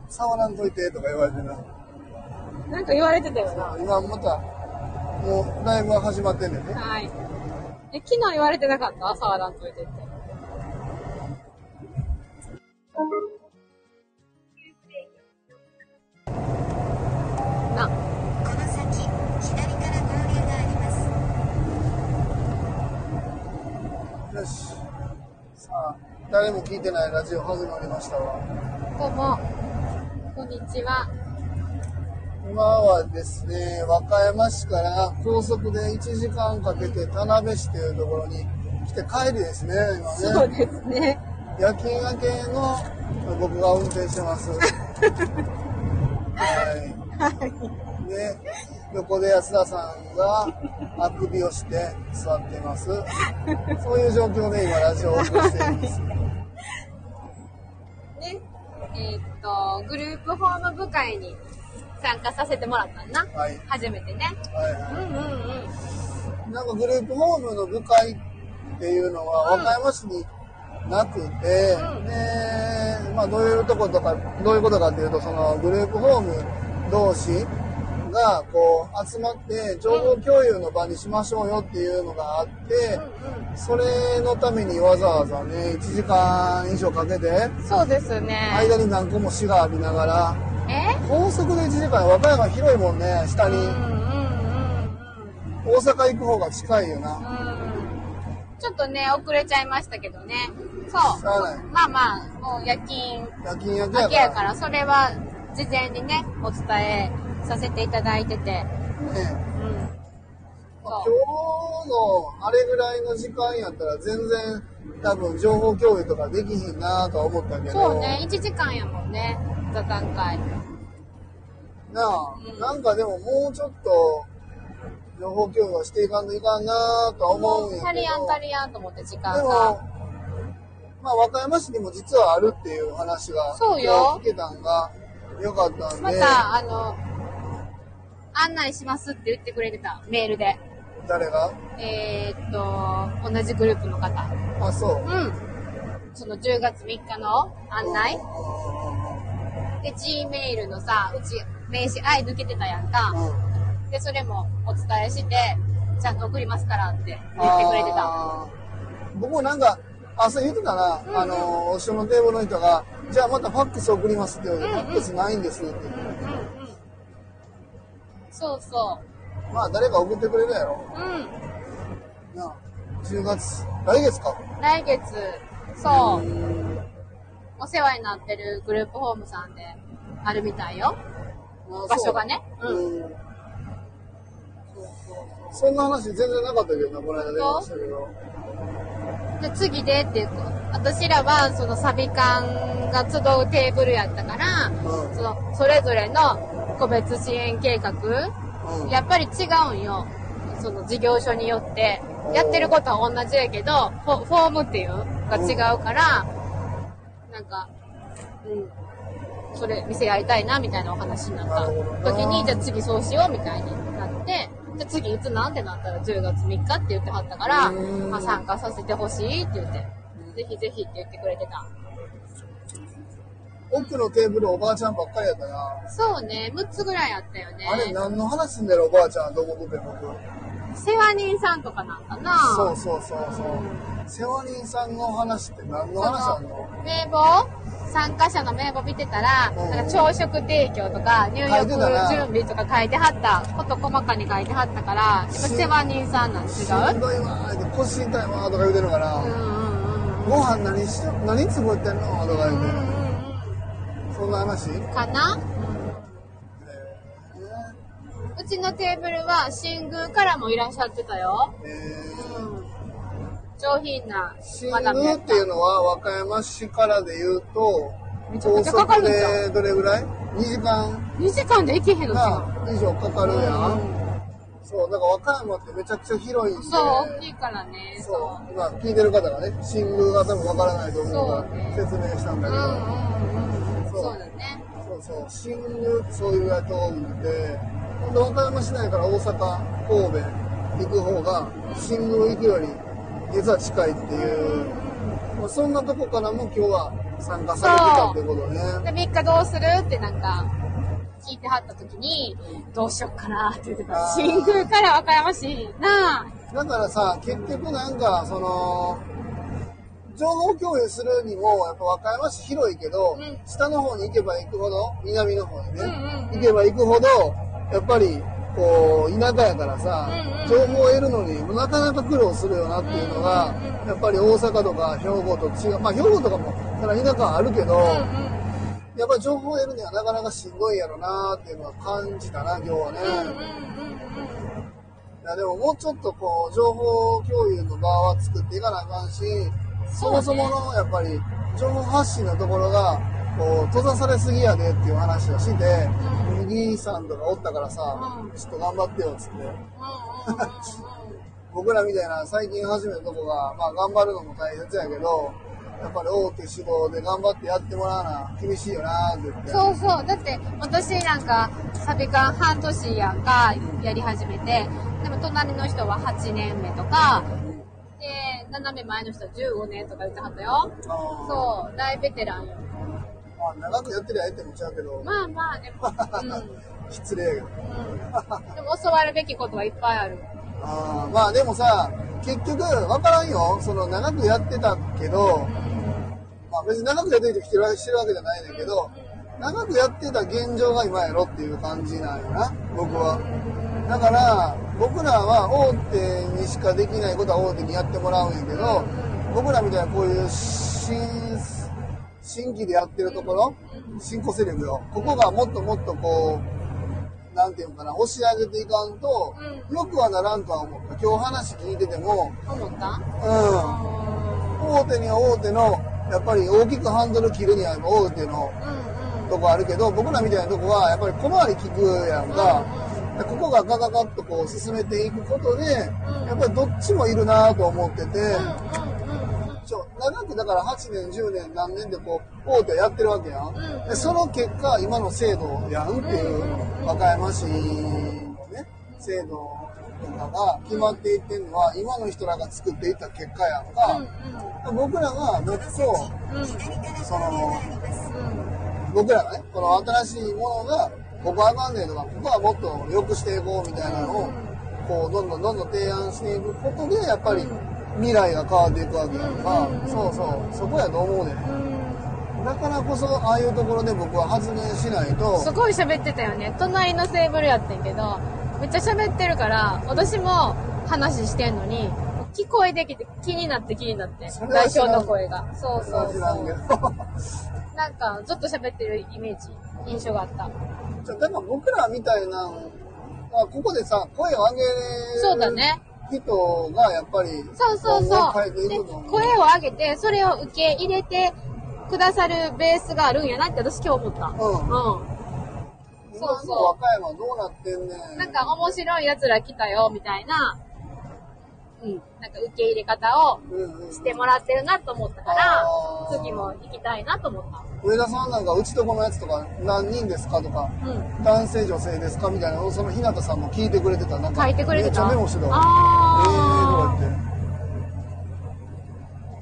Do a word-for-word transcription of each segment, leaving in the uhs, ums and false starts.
触らんといてとか言われてな。 なんか言われてたよな。 今また、もうライブは始まってんねんね。 はい。え、昨日言われてなかった触らんといてって。な。 この先、左から合流があります。 よし。さあ、誰も聞いてないラジオ始まりましたわ。 どうも、こんにちは。 今はですね、和歌山市から高速でいちじかんかけて田辺市というところに来て帰りですね、今ね。 そうですね。 夜勤明けの僕が運転してます。はい。 はい。 で、横で安田さんがあくびをして座っています。そういう状況で今ラジオをお送りしています。 ね、えー、っと、グループホーム部会に参加させてもらったんな。 はい。 初めてね。 はいはい。 うんうんうん。 なんかグループホームの部会っていうのは和歌山市になくて、うん、で、まあどういうとことか、どういうことかっていうと、そのグループホーム同士がこう集まって情報共有の場にしましょうよっていうのがあって、うんうん、それのためにわざわざね、いちじかん以上かけて、 そうですね。 間に何個も市がありながら、 え高速でいちじかん、和歌山広いもんね、下に。うんうんうんうん、大阪行く方が近いよな。 うん、ちょっとね、遅れちゃいましたけどね。そう。まあまあ、もう夜勤、 夜勤明けやから、やからそれは事前にね、お伝えさせていただいてて。ね、うん。 まあ、今日のあれぐらいの時間やったら全然多分情報共有とかできひんなとは思ったけど。 そうね、いちじかんやもんね、座談会。 なあ、うん、なんかでももうちょっと情報共有はしていかんといかんなとは思うんやけど。 足りやん足りやんと思って時間が。 でも、まあ和歌山市にも実はあるっていう話がそうよ聞けたんがよかったんで。 また、あの、案内しますって言ってくれてた、メールで。 誰が？ えー、っと、同じグループの方。 あ、そう。 うん。そのじゅうがつみっかの案内。で、Gmail のさ、うち名刺愛抜けてたやんか。うん、で、それもお伝えして、ちゃんと送りますからって言ってくれてた。 僕もなんか、朝言ってたな、うんうん、あの、後ろのテーブルの人が、じゃあまたファックス送りますって言うけど、うんうん、ファックスないんですって言って。うんうんうん、 そうそう。 まあ誰か送ってくれるやろ。 うん。 なあ、じゅうがつ、来月か。 来月、そう。お世話になってるグループホームさんであるみたいよ。場所がね。うん。うん、 そんな話全然なかったけどな、この間出ましたけど。 で、次でっていうか、私らはそのサビ館が集うテーブルやったから、うん、そのそれぞれの個別支援計画、うん、やっぱり違うんよ。その事業所によってやってることは同じやけどフォ、フォームっていうが違うから、うん、なんか、うん、それ店やりたいなみたいなお話になった時に、じゃあ次そうしようみたいになって。で次いつなんてなったらじゅうがつみっかって言ってはったから、まあ、参加させてほしいって言って、ぜひぜひって言ってくれてた。 奥のテーブルおばあちゃんばっかりやったな。 そうね、むっつぐらいあったよね。 あれ何の話すんだろおばあちゃん、どこ僕僕。 世話人さんとかなんかな。 そうそうそうそう。世話人さんの話って何の話あんの？ 名簿参加者の名簿見てたら、うん、なんか朝食提供とか入浴準備とか書いてはったこと細かに書いてはったから、やっぱ世話人さんなん違う？ しんどいわー、腰痛いわーとか言うてるから、うんうんうん、ご飯何し何つぶってんのとか言うて、うんうんうん、そんな話かな、うん、うちのテーブルは新宮からもいらっしゃってたよ。へー、うん、上品な新宮っていうのは和歌山市からで言うとめちゃくちゃかかるんじゃん。 高速でどれぐらい？にじかんにじかんで行けへんのか以上かかるやん、うん、そうだから和歌山ってめちゃくちゃ広いんで、 そう大きいからね。 そう今聞いてる方がね新宮が多分わからないと思うから、ね、説明したんだけど、うんうんうん、そうそうだね。そうそう新宮そういうやつ多くて、ほんと和歌山市内から大阪神戸行く方が新宮行くより実は近いっていう、まあ、そんなとこからも今日は参加されてたってことね。 で、みっかどうするってなんか、聞いてはった時に、どうしよっかなって言ってた。新宮から和歌山市なだからさ、結局なんか、その、情報共有するにも、やっぱ和歌山市広いけど、うん、下の方に行けば行くほど、南の方にね、うんうんうん、行けば行くほど、やっぱり、こう、田舎やからさ、うんうん、情報を得るのになかなか苦労するよなっていうのが、うんうんうん、やっぱり大阪とか兵庫と違う、まあ兵庫とかも、ただ田舎はあるけど、うんうん、やっぱり情報を得るにはなかなかしんどいやろなっていうのは感じたな、今日はね。うんうんうんうん、いやでももうちょっとこう、情報共有の場は作っていかなあかんし、そもそものやっぱり情報発信のところがこう閉ざされすぎやでっていう話をして、うん、右さんとかおったからさ、うん、ちょっと頑張ってよっつって、うん、僕らみたいな最近始めたとこが、まあ頑張るのも大切やけど、やっぱり大手志望で頑張ってやってもらわな厳しいよなって言って。 そうそう。だって私なんかサビ館半年やんかやり始めて、でも隣の人ははちねんめとか、で、斜め前の人はじゅうごねんとか言ってはったよ。そう、大ベテランよ。 まあ、長くやってりゃええってもちゃうけど。 まあまあ、でも、うん、 失礼やけど。 うん。でも教わるべきことはいっぱいある。 あまあでもさ、結局分からんよ。その長くやってたけど、うん、まあ別に長くやってる人来てるわけじゃないんだけど、うん、長くやってた現状が今やろっていう感じなんよな、僕は。だから僕らは大手にしかできないことは大手にやってもらうんやけど、僕らみたいなこういう新新規でやってるところ、新興勢力よ、ここがもっともっとこうなんていうのかな、押し上げていかんと、うん、よくはならんとは思った。今日話聞いてても思った？ うん。大手には大手のやっぱり大きくハンドル切るには大手のとこあるけど、僕らみたいなとこはやっぱり小回り利くやんか。うんうん、ここがガガガッとこう進めていくことで、うん、やっぱりどっちもいるなと思ってて、うんうんうんうん、ちょ長くだからはちねんじゅうねん何年でこう大手やってるわけやん、うんうん、でその結果今の制度やんっていう、うんうん、和歌山市のね制度とかが決まっていってるのは今の人らが作っていった結果やんか、うんうん、僕らがもっと、うん、その、うん、僕らがねこの新しいものがここはあかんねえとか、ここはもっと良くしていこうみたいなのを、こう、どんどんどんどん提案していくことで、やっぱり未来が変わっていくわけやんか。そうそう、そこやと思うね。だからこそ、ああいうところで僕は発言しないと。 すごい喋ってたよね。隣のテーブルやってんけど、めっちゃ喋ってるから、私も話してんのに、聞こえてきて、気になって気になって、代表の声が。そうそうそう。なんか、ずっと喋ってるイメージ、印象があった。 だから僕らみたいな、ここでさ、声を上げる人がやっぱり、 そうそうそう。で、声を上げて、それを受け入れてくださるベースがあるんやなって私今日思った。うん。うん。 そうそう。和歌山どうなってんねん。 なんか面白い奴ら来たよ、みたいな、うん。なんか受け入れ方をしてもらってるなと思ったから、うんうん、次も行きたいなと思った。 上田さんなんかうちとこのやつとか何人ですかとか、うん、男性女性ですかみたいなのをその日向さんも聞いてくれてた。なんか書いてくれてた。 めっちゃメモしてた。 あー。えー、どうやって。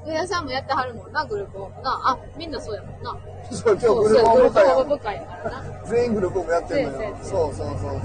上田さんもやってはるもんな、グループホームな。あ、みんなそうやもんな。 そう、今日グループホーム会や。 グループホーム部会やからな。 全員グループホームやってんのよ。そうそうそうそう。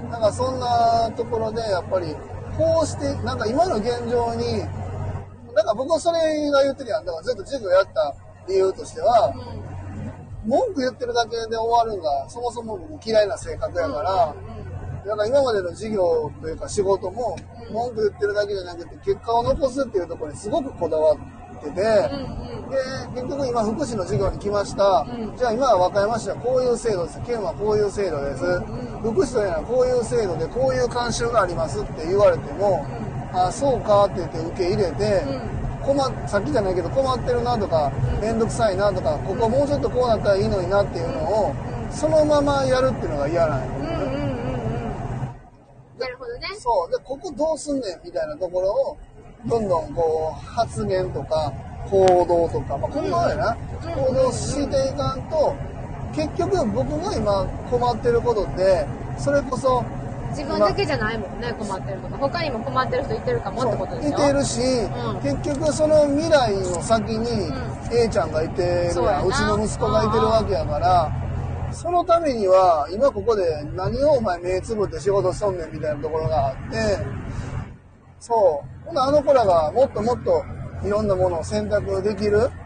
なんかそんなところでやっぱりこうしてなんか今の現状になんか僕はそれが言ってるやん。だからずっと授業やった理由としては、うん、文句言ってるだけで終わるのがそもそも僕嫌いな性格やから、うんうん、なんか今までの授業というか仕事も文句言ってるだけじゃなくて結果を残すっていうところにすごくこだわってて、うんうん、で結局今福祉の授業に来ました、うん、じゃあ今は和歌山市はこういう制度です、県はこういう制度です、うんうん、福祉というのはこういう制度でこういう慣習がありますって言われても、うん、あそうかって言って受け入れて、うん困さっきじゃないけど困ってるなとか面倒くさいなとかここもうちょっとこうなったらいいのになっていうのをそのままやるっていうのが嫌なんよ、うんうんうんうん、 なるほどね。 そうでここどうすんねんみたいなところをどんどんこう発言とか行動とか、まあ、行動やな、うん、行動していかんと結局僕が今困ってることってそれこそ自分だけじゃないもんね、困ってること。他にも困ってる人いてるかもってことでしょ。 いてるし、 うん結局その未来の先に A ちゃんがいてるそうやなやん、うちの息子がいてるわけやから、そのためには今ここで何をお前目つぶって仕事しとんねんみたいなところがあって、そうほなあの子らがもっともっといろんなものを選択できるうん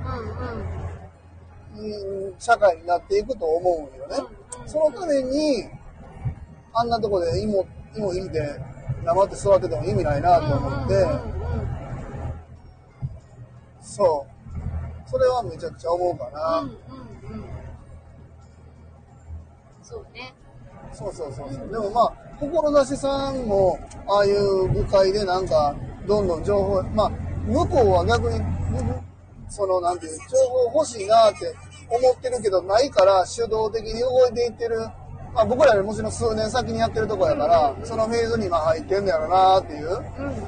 うん社会になっていくと思うんよね。そのためにあんなとこで芋芋入れて黙って座ってても意味ないなと思って、 うんうんうんうんそうそれはめちゃくちゃ思うかな。 うんうんうんそうね。 そうそうそうそう。でもまあ志さんもああいう部会でなんかどんどん情報、まあ向こうは逆にそのなんていう情報欲しいなって思ってるけどないから主導的に動いていってる。まあ僕らよりもちろん数年先にやってるとこやから、そのフェーズに今入ってんのやろなっていう。 うんうんうんうん。 うん。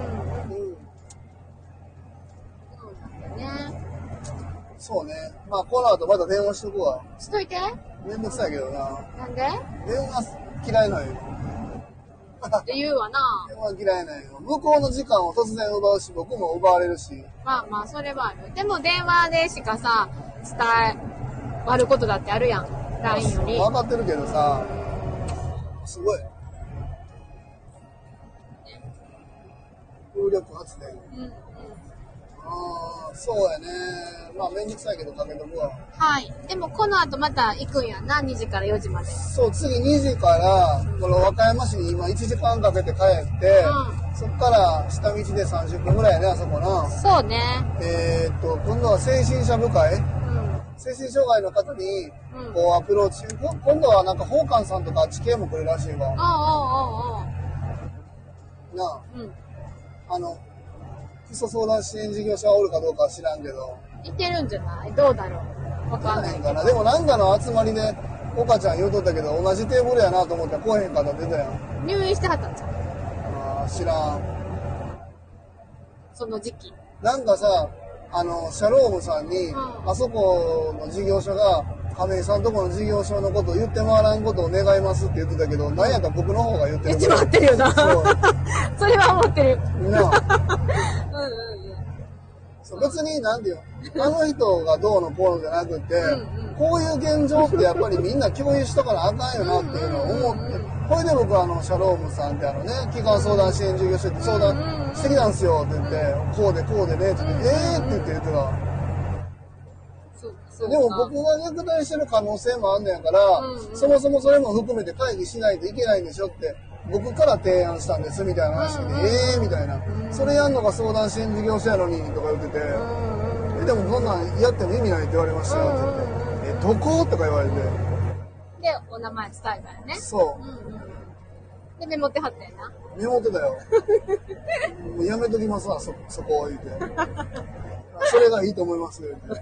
そうなんだね。 そうね。まあこの後また電話しとくわ。 しといて。 めんどくさいけどな。 なんで電話嫌いなんよ。 って言うわな。 電話嫌いなんよ。向こうの時間を突然奪うし、僕も奪われるし。 まあまあ、それはある。でも電話でしかさ、伝え、割ることだってあるやん。ライン より。 分かってるけどさ、すごい。風力発電。 うんうん。 ああ、そうやね。まあ、めんどくさいけどかけとくわ。 はい。でもこの後また行くんやんな。にじからよじまで。 そう、次にじから、この和歌山市に今いちじかんかけて帰って、 うそっから下道でさんじゅっぷんぐらいやね、あそこな。 そうね。 えーっと、今度は精神者部会うん。 精神障害の方にうんこうアプローチ、こ今度はなんか宝冠さんとかあっち系も来るらしいわ。 おうおうおうなあ、 おう。うん。 あの、基礎相談支援事業者はおるかどうかは知らんけど、 行ってるんじゃないどうだろうわかんないけど。 へんかな。でもなんかの集まりで、岡ちゃん言うとったけど、同じテーブルやなと思ったら来へんかったって言ってたやん。 入院してはったんじゃん。 あー知らん。 その時期。 なんかさ、あの、シャロームさんに、 うんあそこの事業所が、亀井さんとこの事業所のことを言って回らんことを願いますって言ってたけど、なんやか僕の方が言ってる言ってもらってるよな。 そうそれは思ってる。 なあうんうんうん。 そう別に、なんていうの、あの人がどうのこうのじゃなくて、 うんうんこういう現状ってやっぱりみんな共有しとかなあかんよなっていうのを思って、これで僕はあの、シャロームさんってあのね、基幹相談支援事業所って相談してきたんすよって言って、こうでこうでねって言って、えーって言って言ってた。 そうそうでも僕が虐待してる可能性もあんねやから、 うんうんそもそもそれも含めて会議しないといけないんでしょって、僕から提案したんですみたいな話で、 うんうんええーみたいな、それやんのが相談支援事業所やのにとか言ってて、 うんうんえでもそんなんやっても意味ないって言われましたよって言って、え、どことか言われて、 で、お名前伝えたよね。 そうんうん。で、メモってはったよな。 う、メモってたよ。もうやめときますわ、そ、そこを言って。それがいいと思いますよって。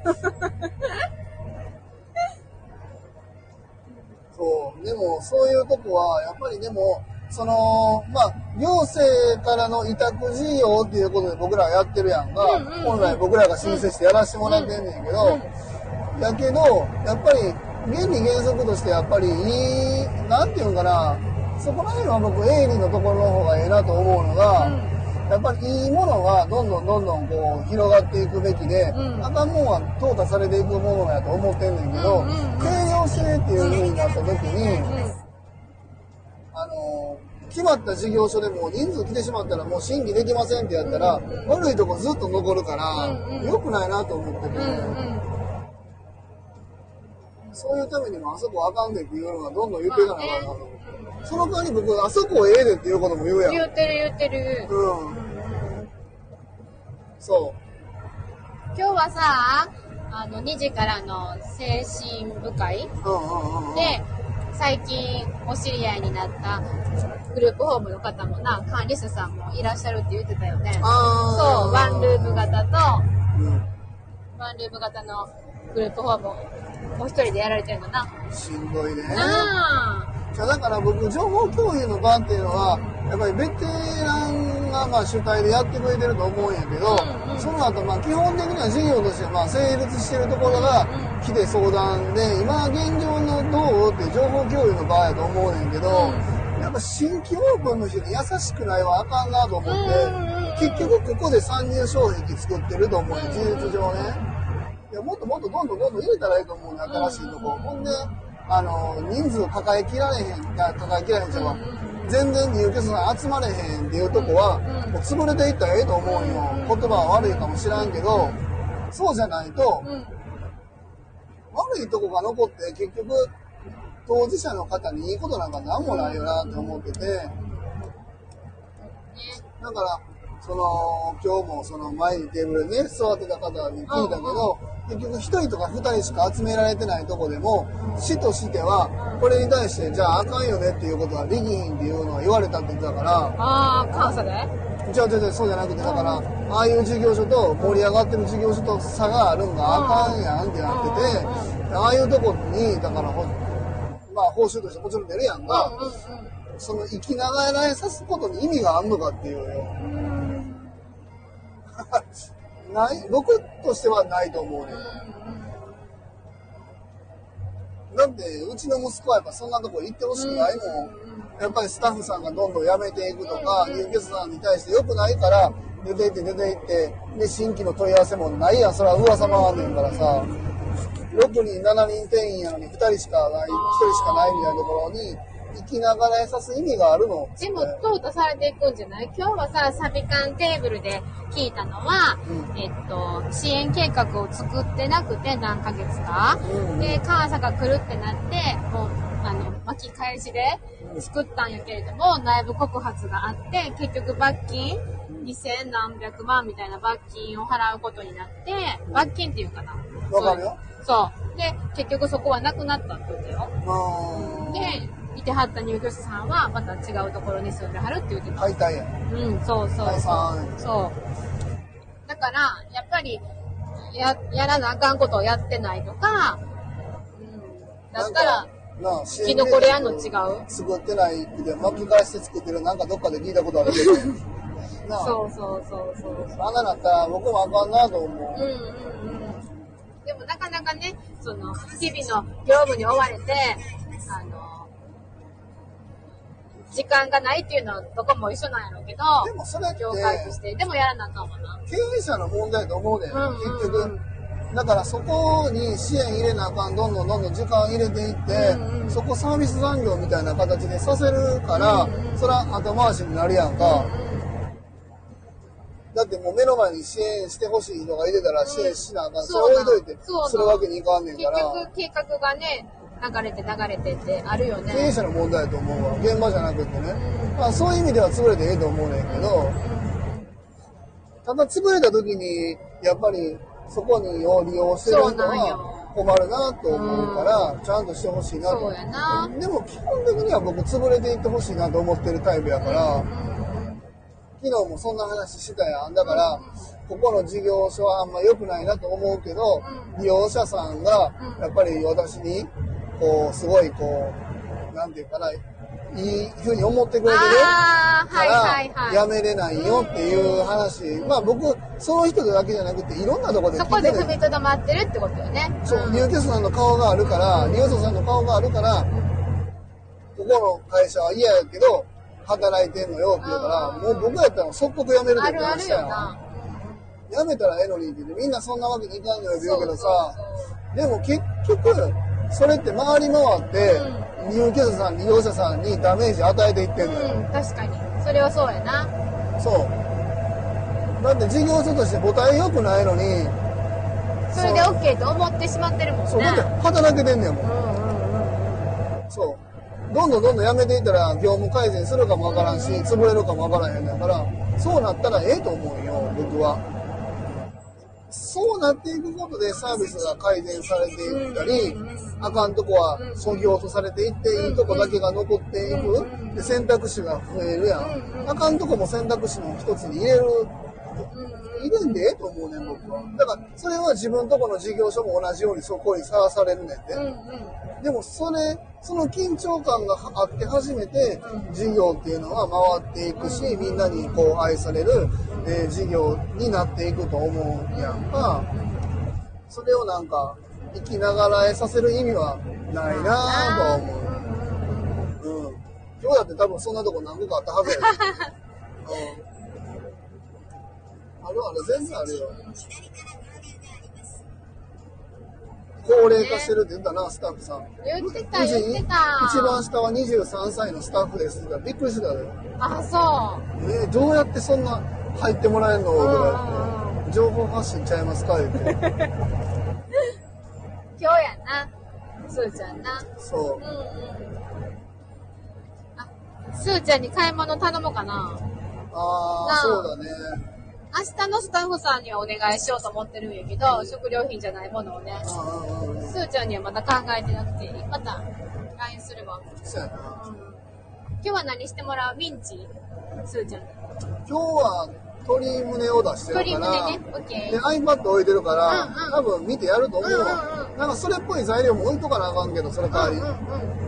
そう。でも、そういうとこは、やっぱりでも、その、まあ、行政からの委託事業っていうことで僕らはやってるやんか。 うんうんうん本来僕らが申請してやらせてもらってんねんけど、やけど、やっぱり、原理原則としてやっぱりいい、なんていうんかな、そこら辺は僕、営利のところの方がええなと思うのが、やっぱりいいものがどんどんどんどんこう広がっていくべきで、 うんあかんもんは淘汰されていくものやと思ってんねんけど、 うんうんうん定量制っていう風になった時に、あのー、決まった事業所でも人数来てしまったらもう審議できませんってやったら、悪いとこずっと残るから、 うんうん良くないなと思ってて、 うんうん。 そういうためにもあそこあかんでっていうのがどんどん言っていかなあかんなと思って。その代わり僕、あそこええでっていうことも言うやん。 言ってる言ってる。 うん。そ今日はさ、あの、にじからの精神部会う。うんうんうんうん。 で、最近お知り合いになったグループホームの方もな、管理者さんもいらっしゃるって言ってたよね。 あそう、ワンルーム型と、 うん。 ワンルーム型のグループホームをもう一人でやられてるのな。 しんどいね。 あじゃあだから僕、情報共有の場っていうのは、やっぱりベテランがまあ主体でやってくれてると思うんやけど、 うんうんその後まあ基本的には事業としてまあ成立してるところが来て相談で、今現状のどうって情報共有の場やと思うねんけど、 やっぱ新規オープンの人に優しくないはあかんなと思って、結局ここで参入障壁作ってると思うよ、事実上ね。いや、もっともっとどんどんどんどん入れたらいいと思うね、新しいとこ。ほんで、あの、人数抱えきられへん、抱えきられへんちゃうわ。全然入居者さん集まれへんっていうとこは、もう潰れていったらええと思うよ。言葉は悪いかもしらんけど、そうじゃないと、悪いとこが残って結局、当事者の方にいいことなんかなんもないよなって思ってて、だから、その、今日もその前にテーブルでね、座ってた方に聞いたけど、結局一人とか二人しか集められてないとこでも、市としては、これに対して、じゃああかんよねっていうことはできひんっていうのは言われたって言ってたから、 ああ、関西でじゃあ全然そうじゃなくて、だから、ああいう事業所と盛り上がってる事業所と差があるんがあかんやんってなってて、ああいうとこに、だからほ、まあ報酬としてもちろん出るやんが、その生きながらえさすことに意味があるのかっていうよ。ない、僕としてはないと思うね。だってうちの息子はやっぱそんなとこ行ってほしくないもん。やっぱりスタッフさんがどんどん辞めていくとか、入居者さんに対して良くないから出て行って出て行って、で新規の問い合わせもないやん。それは噂回んねんからさ。ろくにん、しちにん店員やのにふたりしかない、ひとりしかないみたいなところに生きながらえさす意味があるの。 でも淘汰されていくんじゃない？今日はさ、サビ缶テーブルで聞いたのは、うん、えっと、支援計画を作ってなくて何ヶ月か。うん、で、監査が来るってなって、もう、あの、巻き返しで作ったんやけれども、内部告発があって、結局罰金にせんなんびゃくまんみたいな罰金を払うことになって、罰金っていうかな。 わかるよ。 そう。で、結局そこはなくなったって言ってよ。で、いてはった入居者さんはまた違うところに住んではるって言ってた。 解体や。 うん、そうそうそう。そう。だから、やっぱり、や、やらなあかんことをやってないとか、うん、だったら、生き残りやんの違う？ 作ってないで巻き返して作ってるなんかどっかで聞いたことあるけど。 なそうそうそうそう。 あんななったら僕もあかんなと思う。 うんうんうん。でもなかなかね、その、日々の業務に追われて、あの、時間がないっていうのはどこも一緒なんやろうけど、 でもそれって、 業界として、でもやらなあかんもんな。 経営者の問題と思うねん、 うんうんうん、 結局。だからそこに支援入れなあかん、どんどんどんどん時間入れていって、うんうん、そこサービス残業みたいな形でさせるから、うんうん、それは後回しになるやんか。うんうん、だってもう目の前に支援してほしい人がいてたら支援しなあかん、うん、それ置いといてするわけにいかんねんから。 結局計画がね、流れて流れてってあるよね。 経営者の問題だと思うわ、現場じゃなくてね。うん、まあそういう意味では潰れていいと思うねんけど、うん、ただ潰れた時に、やっぱりそこにを利用してる人は困るなと思うから、うん、ちゃんとしてほしいなと。 そうやな。 でも基本的には僕潰れていってほしいなと思ってるタイプやから、うん、昨日もそんな話したやん。だから、ここの事業所はあんま良くないなと思うけど、うん、利用者さんがやっぱり私にこうすごいこうなんていうかないいふうに思ってくれてるからやめれないよっていう話、まあ僕その人だけじゃなくていろんなところで聞いてる。 そこで踏みとどまってるってことよね。 そう、入居者さんの顔があるから、利用者さんの顔があるから、ここの会社は嫌やけど働いてんのよって言うから、もう僕やったら即刻辞めるって言ってましたよ。辞めたらええのにって言って、みんなそんなわけにいかんのよって言うけどさ、でも結局それって回り回って、うん、入居者さん利用者さんにダメージ与えていってんのよ、 うん、確かにそれはそうやな。 そうだって事業所として母体良くないのにそれで OK と思ってしまってるもんね。 そうだって働けてんねんもん、うんうんうん、そうどんどんどんどん辞めていったら業務改善するかもわからんし潰れるかもわからへんだからそうなったらええと思うよ僕は。そうなっていくことでサービスが改善されていったり、あかんとこは削ぎ落とされていって、いいとこだけが残っていく。で選択肢が増えるやん。あかんとこも選択肢の一つに入れる。入れんでええと思うねん、僕は。だから、それは自分とこの事業所も同じようにそこにさらされるねんで。でも、それ、その緊張感があって初めて、事業っていうのは回っていくし、みんなにこう愛される、えー、事業になっていくと思うやんか。それをなんか、生きながらえさせる意味はないなぁと思う。うん。 今日だって多分そんなとこ何個かあったはずやで、うん、あるある、全然あるよ。高齢化してるって言ったな、スタッフさん。 言ってた、言ってた。 一番下はにじゅうさんさいのスタッフですって言ったらびっくりしてたよ。 あ、そう。 えー、どうやってそんな入ってもらえるのとか言って、情報発信ちゃいますか言って。 今日やな、すーちゃんな。 そう。うんうん。 あ、すーちゃんに買い物頼もうかな。 ああ、そうだね。 明日のスタッフさんにはお願いしようと思ってるんやけど、食料品じゃないものをね。すーちゃんにはまだ考えてなくて、また ライン するわ。 そうやな。 うん、今日は何してもらう？ミンチ？すーちゃん。 今日は鶏胸を出してるから、 鶏胸ね、オッケー。 で iPad 置いてるから、 うんうん、 多分見てやると思うわ、 うんうんうん。 なんかそれっぽい材料も置いとかなあかんけど、その代わり。うんうんうん、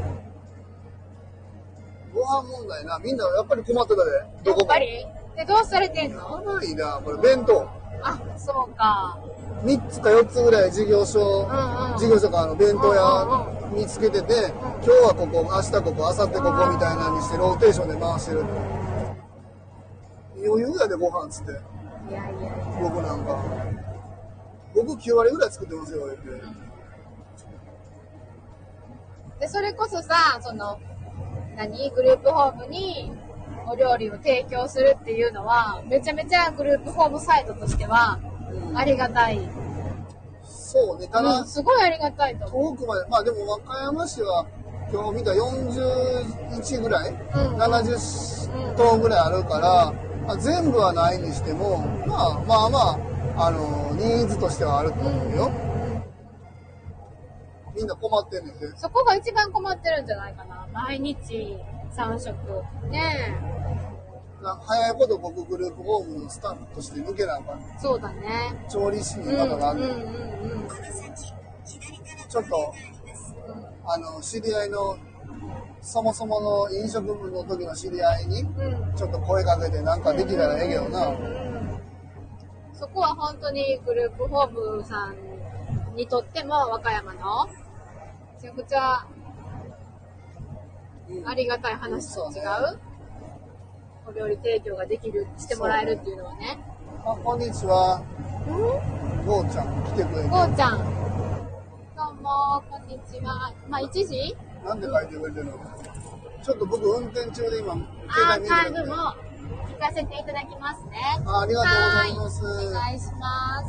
ご飯問題な、みんなやっぱり困ってたで。 どこも。やっぱり？で、どうされてんの？ やばいな、これ弁当。 あ、そうか。 みっつかよっつぐらい事業所、うんうん、事業所かあの弁当屋見つけてて、うんうん、今日はここ、明日ここ、明後日ここみたいなのにしてローテーションで回してる。余裕やでご飯っつって。 いやいやいや。 僕なんか。僕きゅうわりぐらい作ってますよ、言って。 で、それこそさ、その、何？グループホームにお料理を提供するっていうのは、めちゃめちゃグループホームサイトとしては、ありがたい。うん、 そうね、ただ、 うん、すごいありがたいと思う。 遠くまで、まあでも和歌山市は今日見たよんじゅういちぐらい、うん、ななじゅっ棟ぐらいあるから、まあ、全部はないにしても、まあまあまあ、あの、ニーズとしてはあると思うよ。うん、みんな困ってんねんで。 そこが一番困ってるんじゃないかな。毎日さん食。ねえ。 早いこと僕グループホームのスタッフとして抜けなあかん。 そうだね。 調理師にまだなんで、うんうんうんうん、ちょっと、あの知り合いのそもそもの飲食部の時の知り合いにちょっと声かけてなんかできたらええけどな、うんうんうん、 そこは本当にグループホームさんにとっても和歌山のめちゃくちゃありがたい話と違う、うんお料理提供ができる、してもらえるっていうのはね。 あ、こんにちは。ゴーちゃん来てくれて。 ゴーちゃん。どうも、こんにちは。まあ、いちじ？ なんで書いてくれてるの？ちょっと僕運転中で今、 あー、カードも聞かせていただきますね。 あ、ありがとうございます。 お願いします。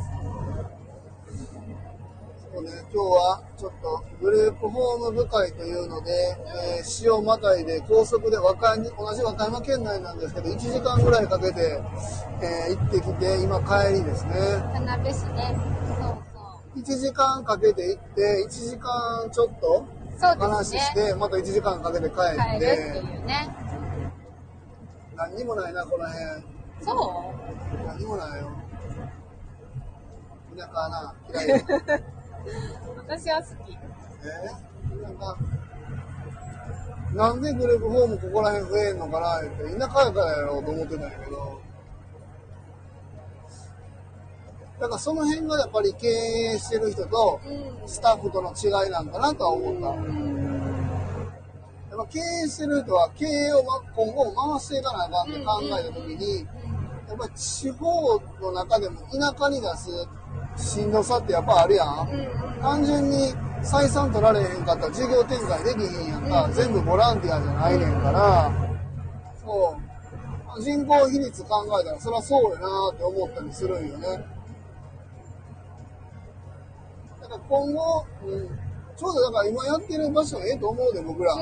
そうね、今日はちょっとグループホーム部会というので、えー、市をまたいで高速で和歌山、同じ和歌山県内なんですけどいちじかんぐらいかけて、えー、行ってきて今帰りですね。 田辺市ね。そうそう。 いちじかんかけて行っていちじかんちょっと話して、ね、またいちじかんかけて帰って。 帰るっていうね。 何にもないなこの辺。 そう？ 何にもないよ。田舎はな嫌い。 私は好き。 えー、なんかなんでグループホームここら辺増えんのかなって田舎やからやろうと思ってたんやけど、だからその辺がやっぱり経営してる人とスタッフとの違いなんかなとは思った。やっぱ経営してる人は経営を今後も回していかなあかんって考えた時に、やっぱり地方の中でも田舎に出すしんどさってやっぱあるやん。単純に採算取られへんかったら事業展開できへんやんか。全部ボランティアじゃないねんから、そう人口比率考えたらそりゃそうやなって思ったりするんよね。だから今後、うん、ちょうどだから今やってる場所ええと思うで僕ら。 うん、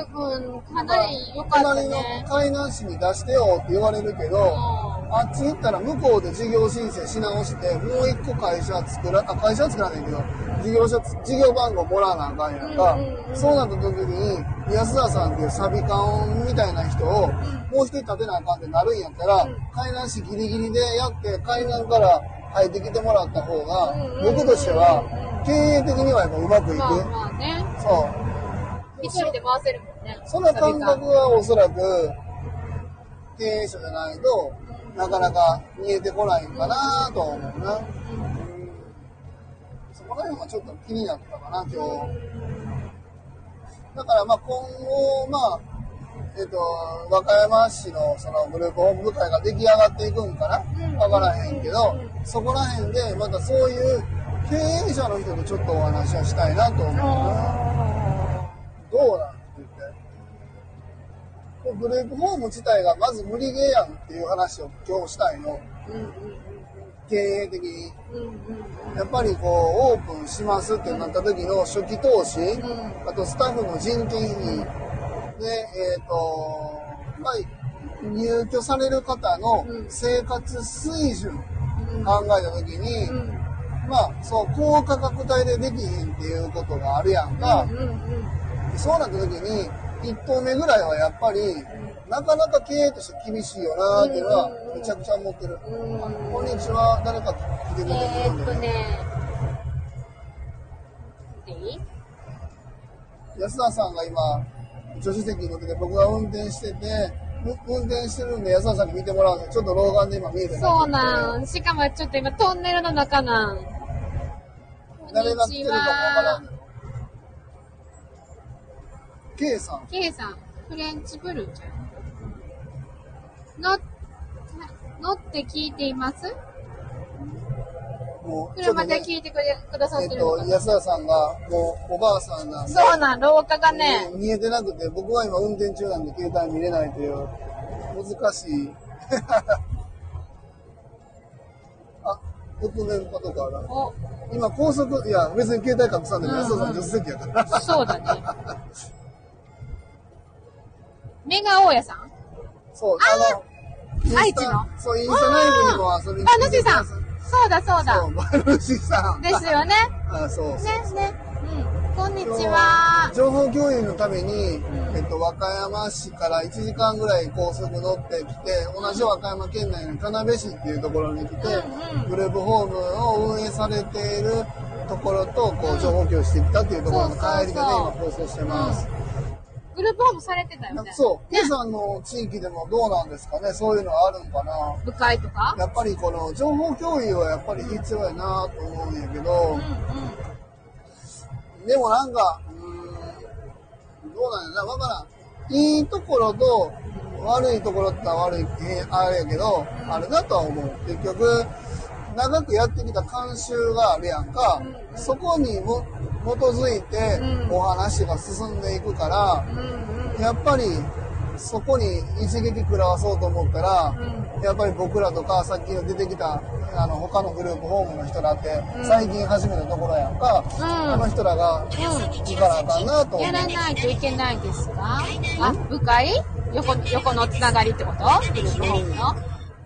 かなり良かったね。 隣の海南市に出してよって言われるけど、あっち行ったら向こうで事業申請し直してもう一個会社作らあ会社は作らないけど事業所事業番号もらわなあかんやんか、うんうんうん、そうなった時に安田さんっていうサビ缶みたいな人をもう一人立てなあかんってなるんやったら、うん、海南市ギリギリでやって海南から入ってきてもらった方が、うんうんうん、僕としては経営的にはやっぱうまくいく、まあまあね、 そう一人で回せるもんね。 その感覚はおそらく経営者じゃないとなかなか見えてこないんかなと思うな、うん、そこら辺はちょっと気になったかな今日。だからまあ今後まあえっと、和歌山市のそのグループホーム部会が出来上がっていくんかなわからへんけど、そこら辺でまたそういう経営者の人とちょっとお話をしたいなと思うな。どうなんって言って。グループホーム自体がまず無理ゲーやんっていう話を今日したいの。経営的に。やっぱりこう、オープンしますってなった時の初期投資、あとスタッフの人件費、で、えっと、まあ、入居される方の生活水準考えたときに、まあ、そう、高価格帯でできへんっていうことがあるやんか。そうなったときに、一棟目ぐらいはやっぱり、なかなか経営として厳しいよなーっていうのは、めちゃくちゃ思ってる。こんにちは、誰か来てくれてるんで。 えーっとね、いい？ 安田さんが今、助手席に乗ってて、僕が運転してて、運転してるんで安田さんに見てもらうんで、ちょっと老眼で今見えてない。 そうなん。しかもちょっと今トンネルの中なん。 誰が来てるかもわからんけど。K さん。 K さん、フレンチブルーじゃん。の、のって聞いています？ もう車で聞いてくれ、くださってるのかな、 えっと、安田さんがもうおばあさんなんで。 そうなん、廊下がね。 見えてなくて、僕は今運転中なんで携帯見れないという、難しい。あ、ドキュメントとかある。 お、 今高速、いや別に携帯隠さんでも安田さん助手席やから。 そうだね。メガ大家さん？ そう、あの、インスタ愛知のそう、インスタライブにも遊びにあ、主さん。そうだそうだ。 そう、馬主さん。 ですよね。 あ、そう。 ね、ね。うん。こんにちは。 情報共有のために、えっと、和歌山市からいちじかんぐらい高速乗ってきて、同じ和歌山県内の田辺市っていうところに来て、 うんうん、 グループホームを運営されているところと、こう、情報共有してきたっていうところの帰りでね、今放送してます。 グループホームされてたよね。 そう。皆さんの地域でもどうなんですかね、そういうのあるんかな。 部会とかやっぱりこの情報共有はやっぱり必要やなと思うんやけど、 うんうん、 でもなんか、うーん、どうなんやな、わからん。いいところと悪いところって悪い、えー、あれやけど、うん、あるなとは思う。結局、長くやってきた慣習があるやんか、うん、そこにも基づいてお話が進んでいくから、うんうん、やっぱりそこに一撃食らわそうと思ったら、うん、やっぱり僕らとかさっき出てきたあの他のグループホームの人らって最近始めたところやんか、うん、あの人らが行かなあかんなと思う。 やらないといけないですか？あ、部会？横、横のつながりってこと？グループホームの？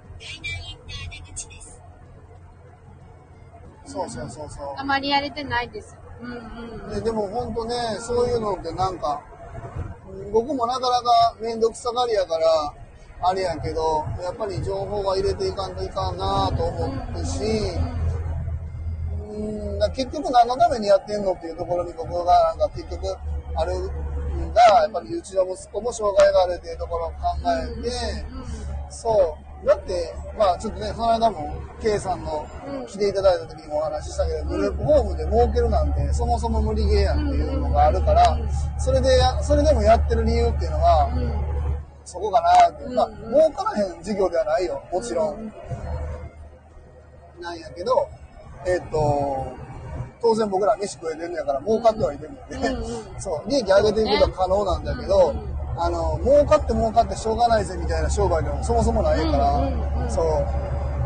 そうそうそうそう。 あまりやれてないです。うんうん、 で, でも本当ね、そういうのってなんか、僕もなかなかめんどくさがりやから、あれやけど、やっぱり情報は入れていかんといかんなと思うし、うん、だ結局何のためにやってんのっていうところに僕がなんか結局あるんが、やっぱりうちの息子も障害があるっていうところを考えて、そう。だって、まあちょっとね、その間も K さんの来ていただいた時にもお話ししたけど、グループホームで儲けるなんてそもそも無理ゲーやんっていうのがあるから、それでや、それでもやってる理由っていうのは、そこかなって。まあ、儲からへん事業ではないよ、もちろん。なんやけど、えっと、当然僕ら飯食えてるんやから儲かってはいてるので、そう、利益上げていくことは可能なんだけど、あの、儲かって儲かってしょうがないぜみたいな商売でもそもそもないから、うんうんうん、そう。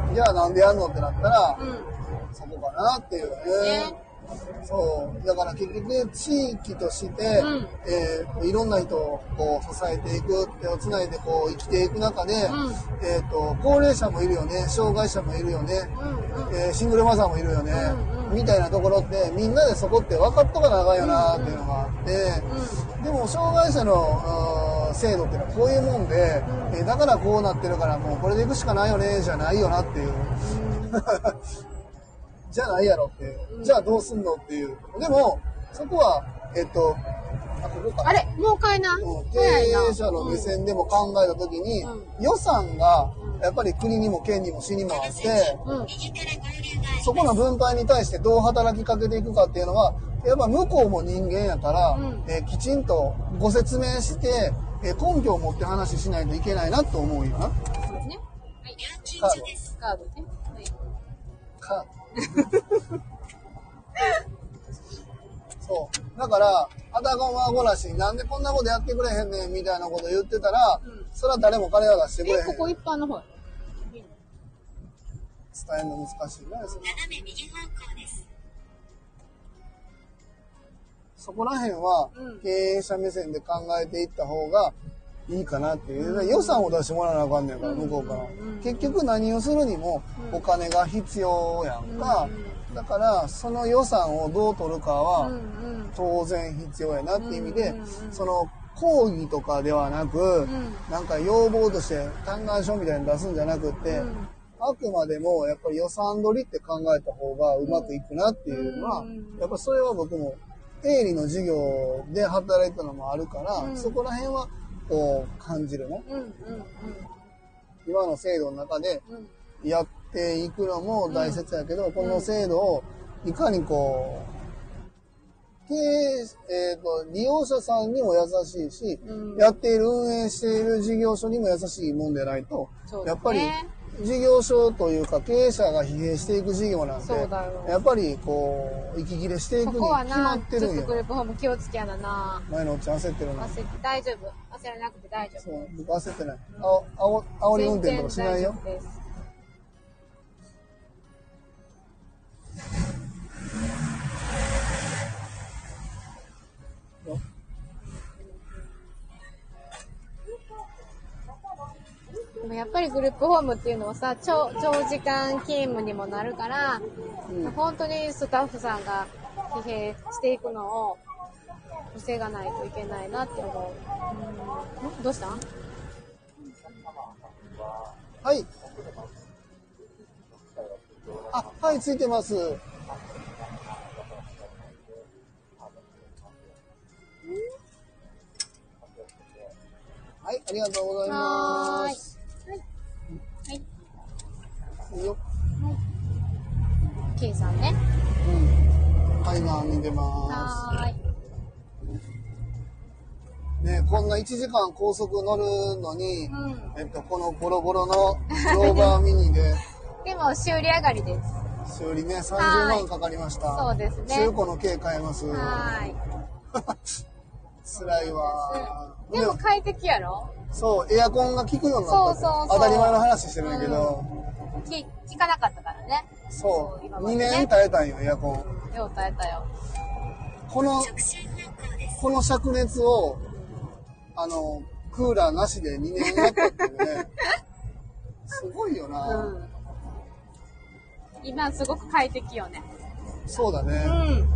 じゃあなんでやんのってなったら、うん、そこかなっていうね。そう。だから結局地域として、うんえー、いろんな人をこう支えていく、手をつないでこう生きていく中で、うんえーと、高齢者もいるよね、障害者もいるよね、うんうんえー、シングルマザーもいるよね、うんうん、みたいなところってみんなでそこって分かっとかなあかんよなっていうのがあって、うんうん、でも障害者の制度っていうのはこういうもんで、うんえー、だからこうなってるからもうこれでいくしかないよねじゃないよなっていう。うんじゃないやろって、うん、じゃあどうすんのっていう。でも、そこは、えっと、あ、ここか。 あれもう買えない、 うん、経営者の目線でも考えたときに、うん、予算が、やっぱり国にも県にも市にもあって、うん、そこの分配に対してどう働きかけていくかっていうのは、やっぱ向こうも人間やから、うんえー、きちんとご説明して、 え根拠を持って話しないといけないなと思うよな。 そうですね。はい。 料金カー所です。 カードね。はい。 かそう。だから、あたかまごなしになんでこんなことやってくれへんねんみたいなこと言ってたら、 うん、 それは誰も金は出してくれへん。 え、ここ一般の方。 伝えるの難しいな、それ。 斜め右方向です。 そこら辺はうん経営者目線で考えていった方がいいかなっていう、うん、予算を出してもらわなあかんねんから、向こうから、うん、結局何をするにもお金が必要やんか、うん、だからその予算をどう取るかは当然必要やなっていう意味で、その講義とかではなく、なんか要望として嘆願書みたいに出すんじゃなくって、あくまでもやっぱり予算取りって考えた方がうまくいくなっていうのは、やっぱそれは僕も営利の授業で働いたのもあるから、うん、そこら辺はこう感じるね、うんうんうん、今の制度の中でやっていくのも大切やけど、うん、この制度をいかにこう経営、えーと、利用者さんにも優しいし、うん、やっている運営している事業所にも優しいもんでないと、ね、やっぱり事業所というか経営者が疲弊していく事業なんで、やっぱりこう息切れしていくに決まってるんや。 ちょっとグループホーム気をつけやなな。 前のおっちゃん焦ってるな。 焦って大丈夫。焦らなくて大丈夫。 そう、僕焦ってない。あお、あお、あおり運転とかしないよ。全然大丈夫です。 でもやっぱりグループホームっていうのはさ、長, 長時間勤務にもなるから、うん、本当にスタッフさんが疲弊していくのを防がないといけないなって思う。うん、どうしたん？ はい。あ、はい、ついてます。はい、ありがとうございます。 はい。 いいよ。 はい。K さんね。 うん。タイマーに出ます。 はーい。ね、こんないちじかん高速乗るのに、うん、えっと、このボロボロのローバーミニで。 でも修理上がりです。 修理ね、さんじゅうまんかかりました。 そうですね。 中古の軽買えます。 はい。 辛いわ、 うん。でも快適やろ？ そう、エアコンが効くようになった。 そうそうそう。 当たり前の話してるんだけど。 うん、効かなかったからね。 そう。そうね、にねん耐えたんよ、エアコン。 よう耐えたよ。 この、この灼熱を、あの、クーラーなしでにねんやったっていうね。すごいよな、うん。 今すごく快適よね。 そうだね。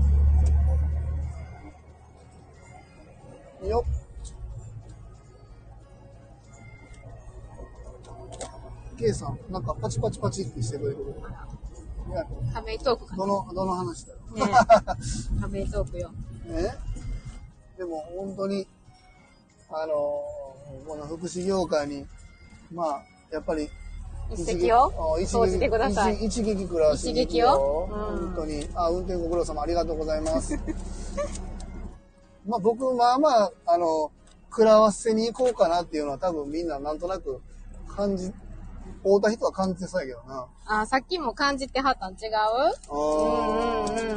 うん。よっ。K さん、なんかパチパチパチってしてくれる。 ハメイトークかな。 どの、どの話だよ。 ね、ハメイトークよ。 ね。でも本当に、あのー、この福祉業界に、まあ、やっぱり、 一石を投じてください。 一撃くらし一撃を、 うん、本当に。あ、運転ご苦労様ありがとうございます。まあ僕、まあまあ、あの、食らわせに行こうかなっていうのは多分みんななんとなく感じ、会うた人は感じてそうやけどな。 あ、さっきも感じてはったん違う？ あうんうんうん。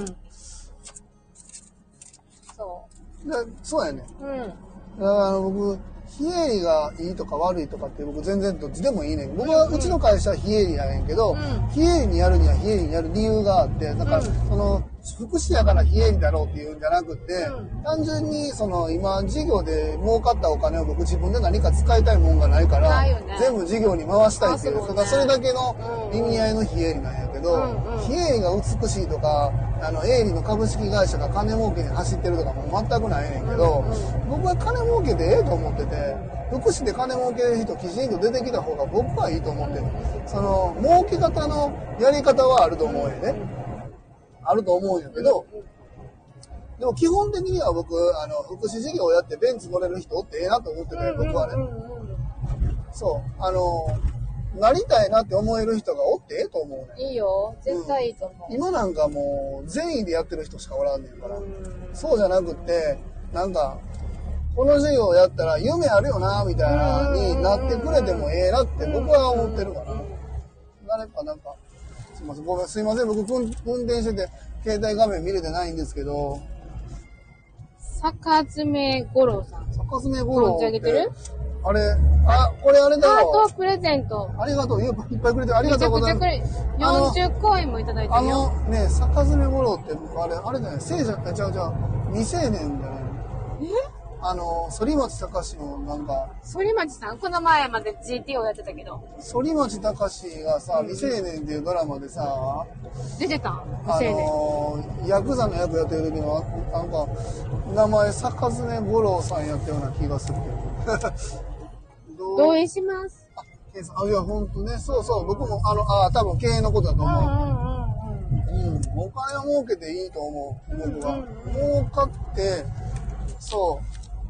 そう。 だそうやね。 うん。 だからあの僕、非営利がいいとか悪いとかって僕全然どっちでもいいねん。僕はうちの会社は非営利やねんけど、うん、非営利にやるには非営利にやる理由があって、だから、うん、その、福祉やから非営利だろうっていうんじゃなくて、うん、単純にその今事業で儲かったお金を僕自分で何か使いたいもんがないから、ね、全部事業に回したいっていう、そ, ね、それだけの意味合いの非営利なんやけど、うんうん、非営利が美しいとか、あの、営利の株式会社が金儲けに走ってるとかも全くないねんけど、うんうん、僕は金儲けでええと思ってて、福祉で金儲ける人きちんと出てきた方が僕はいいと思ってる。その、儲け方のやり方はあると思うよね。あると思うんやけど、でも基本的には僕、あの、福祉事業をやってベンツ乗れる人おってええなと思ってて、僕はね。そう、あの、なりたいなって思える人がおってええと思うね。 いいよ。絶対いいと思う。 うん、今なんかもう、善意でやってる人しかおらんねんから。うん、そうじゃなくって、なんか、 この授業やったら夢あるよな、みたいなになってくれてもええなって僕は思ってるから。誰かなんか、すいません、ごめん、すいません、僕運転してて携帯画面見れてないんですけど。 坂詰五郎さん。 坂詰五郎って。 存じ上げてる？ あれ、あ、これあれだよ。 ハートプレゼント。 ありがとう。いっぱいくれてありがとうございます。 めちゃくちゃくれ。よんじゅっコインもいただいてるよ。 あのね、坂詰五郎って、あれ、あれだよね、聖者、ちゃうちゃう、未成年だよね。 え？ あの、反町隆史のなんか。 反町さんこの前まで ジーティー をやってたけど。 反町隆史がさ、未成年っていうドラマでさ、 出てた未成年。あの、ヤクザの役やってる時の、なんか、名前、坂詰五郎さんやったような気がするけど。 同意します。 あ、ケイさん、あ、いや、ほんとね、そうそう、僕も、あの、あ、多分経営のことだと思う。うんうんうんうん。うん、お金を儲けていいと思う、僕は。儲かって、そう、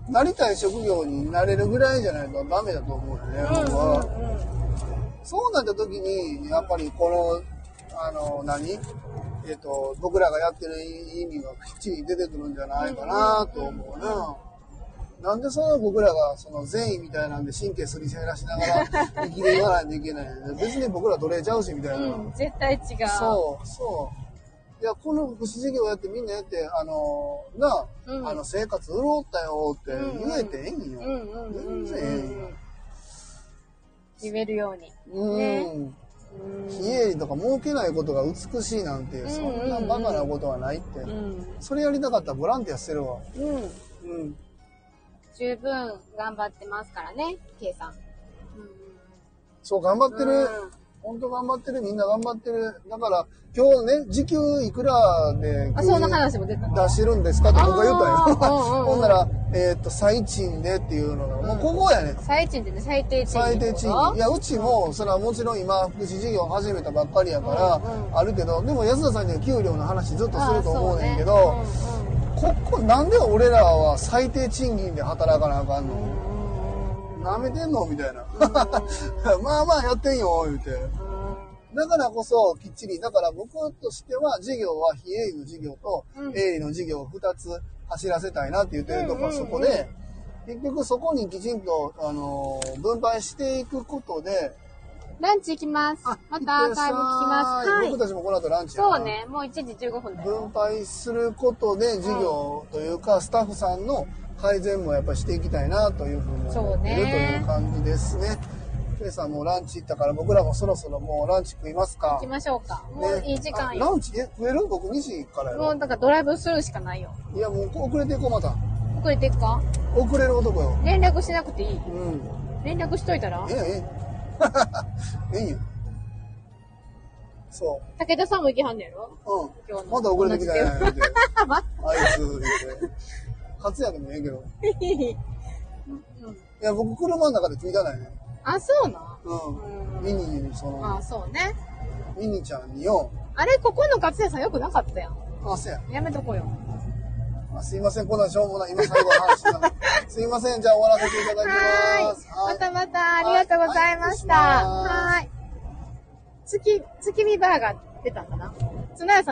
なりたい職業になれるぐらいじゃないとダメだと思うよね、僕は。そうなった時に、やっぱりこの、あの、何えっと、僕らがやってる意味がきっちり出てくるんじゃないかなと思うな。なんでその僕らがその善意みたいなんで神経すり減らしながら生きていかないといけない。別に僕ら奴隷ちゃうしみたいな。 うん、絶対違う。 そう、そう。いや、この福祉事業やってみんなやって、あの、な、うん、あの、生活潤ったよって言えてええんよ。全然ええんよ。 言えるように。 うん。ね、非営利とか儲けないことが美しいなんて、そんなバカなことはないって。うん、それやりたかったらボランティアしてるわ。うん。 うん。十分頑張ってますからね、K さん。うん、 そう、頑張ってる。うん、本当頑張ってる。みんな頑張ってる。だから、今日ね、時給いくらで、 あ、そんな話も出た。 出してるんですかって僕が言ったんよ。ほんなら、えっと、最賃でっていうのが、もうここやね。 最賃ってね、最低賃金。 最低賃金。いや、うちも、それはもちろん今、福祉事業始めたばっかりやから、あるけど、でも安田さんには給料の話ずっとすると思うねんけど、ここ、なんで俺らは最低賃金で働かなあかんの？なめてんのみたいな。まあまあやってんよ、言うて。だからこそ、きっちり、だから僕としては、事業は非営利の事業と、営利の事業をふたつ走らせたいなって言ってるところはそこで、結局そこにきちんと、あのー、分配していくことで、 ランチ行きます。またアーカイブ聞きます。 はい。僕たちもこの後ランチやそうね。もういちじじゅうごふんだよ。 分配することで事業というか、うん、スタッフさんの改善もやっぱりしていきたいなというふうに思っているという感じですね。ケイさんもランチ行ったから僕らもそろそろもうランチ食いますか。 行きましょうか。もういい時間よ。 ランチえ食える？僕にじからやろ。 もうだからドライブするしかないよ。 いやもう遅れていこうまた。 遅れていくか？ 遅れる男よ。 連絡しなくていい？うん。連絡しといたら？ ええええ。ええんよ。そう。 武田さんも行きはんねやろ？ うん。今日まだ遅れてきたやん。あいつ、言って。活躍もええけど。いや、僕車の中で聞いたないね。 あ、そうな？ うん。ミニに、その。 あ、そうね。 ミニちゃんによ。 あれ、ここの勝也さんよくなかったやん。 あ、そうや。 やめとこうよ。 あ、すいません、こんなしょうもない。今最後の話したすいません、じゃあ終わらせていただきます。 はい。またまた、ありがとうございました。はい。月、月見バーガー出たんかな？つなやさん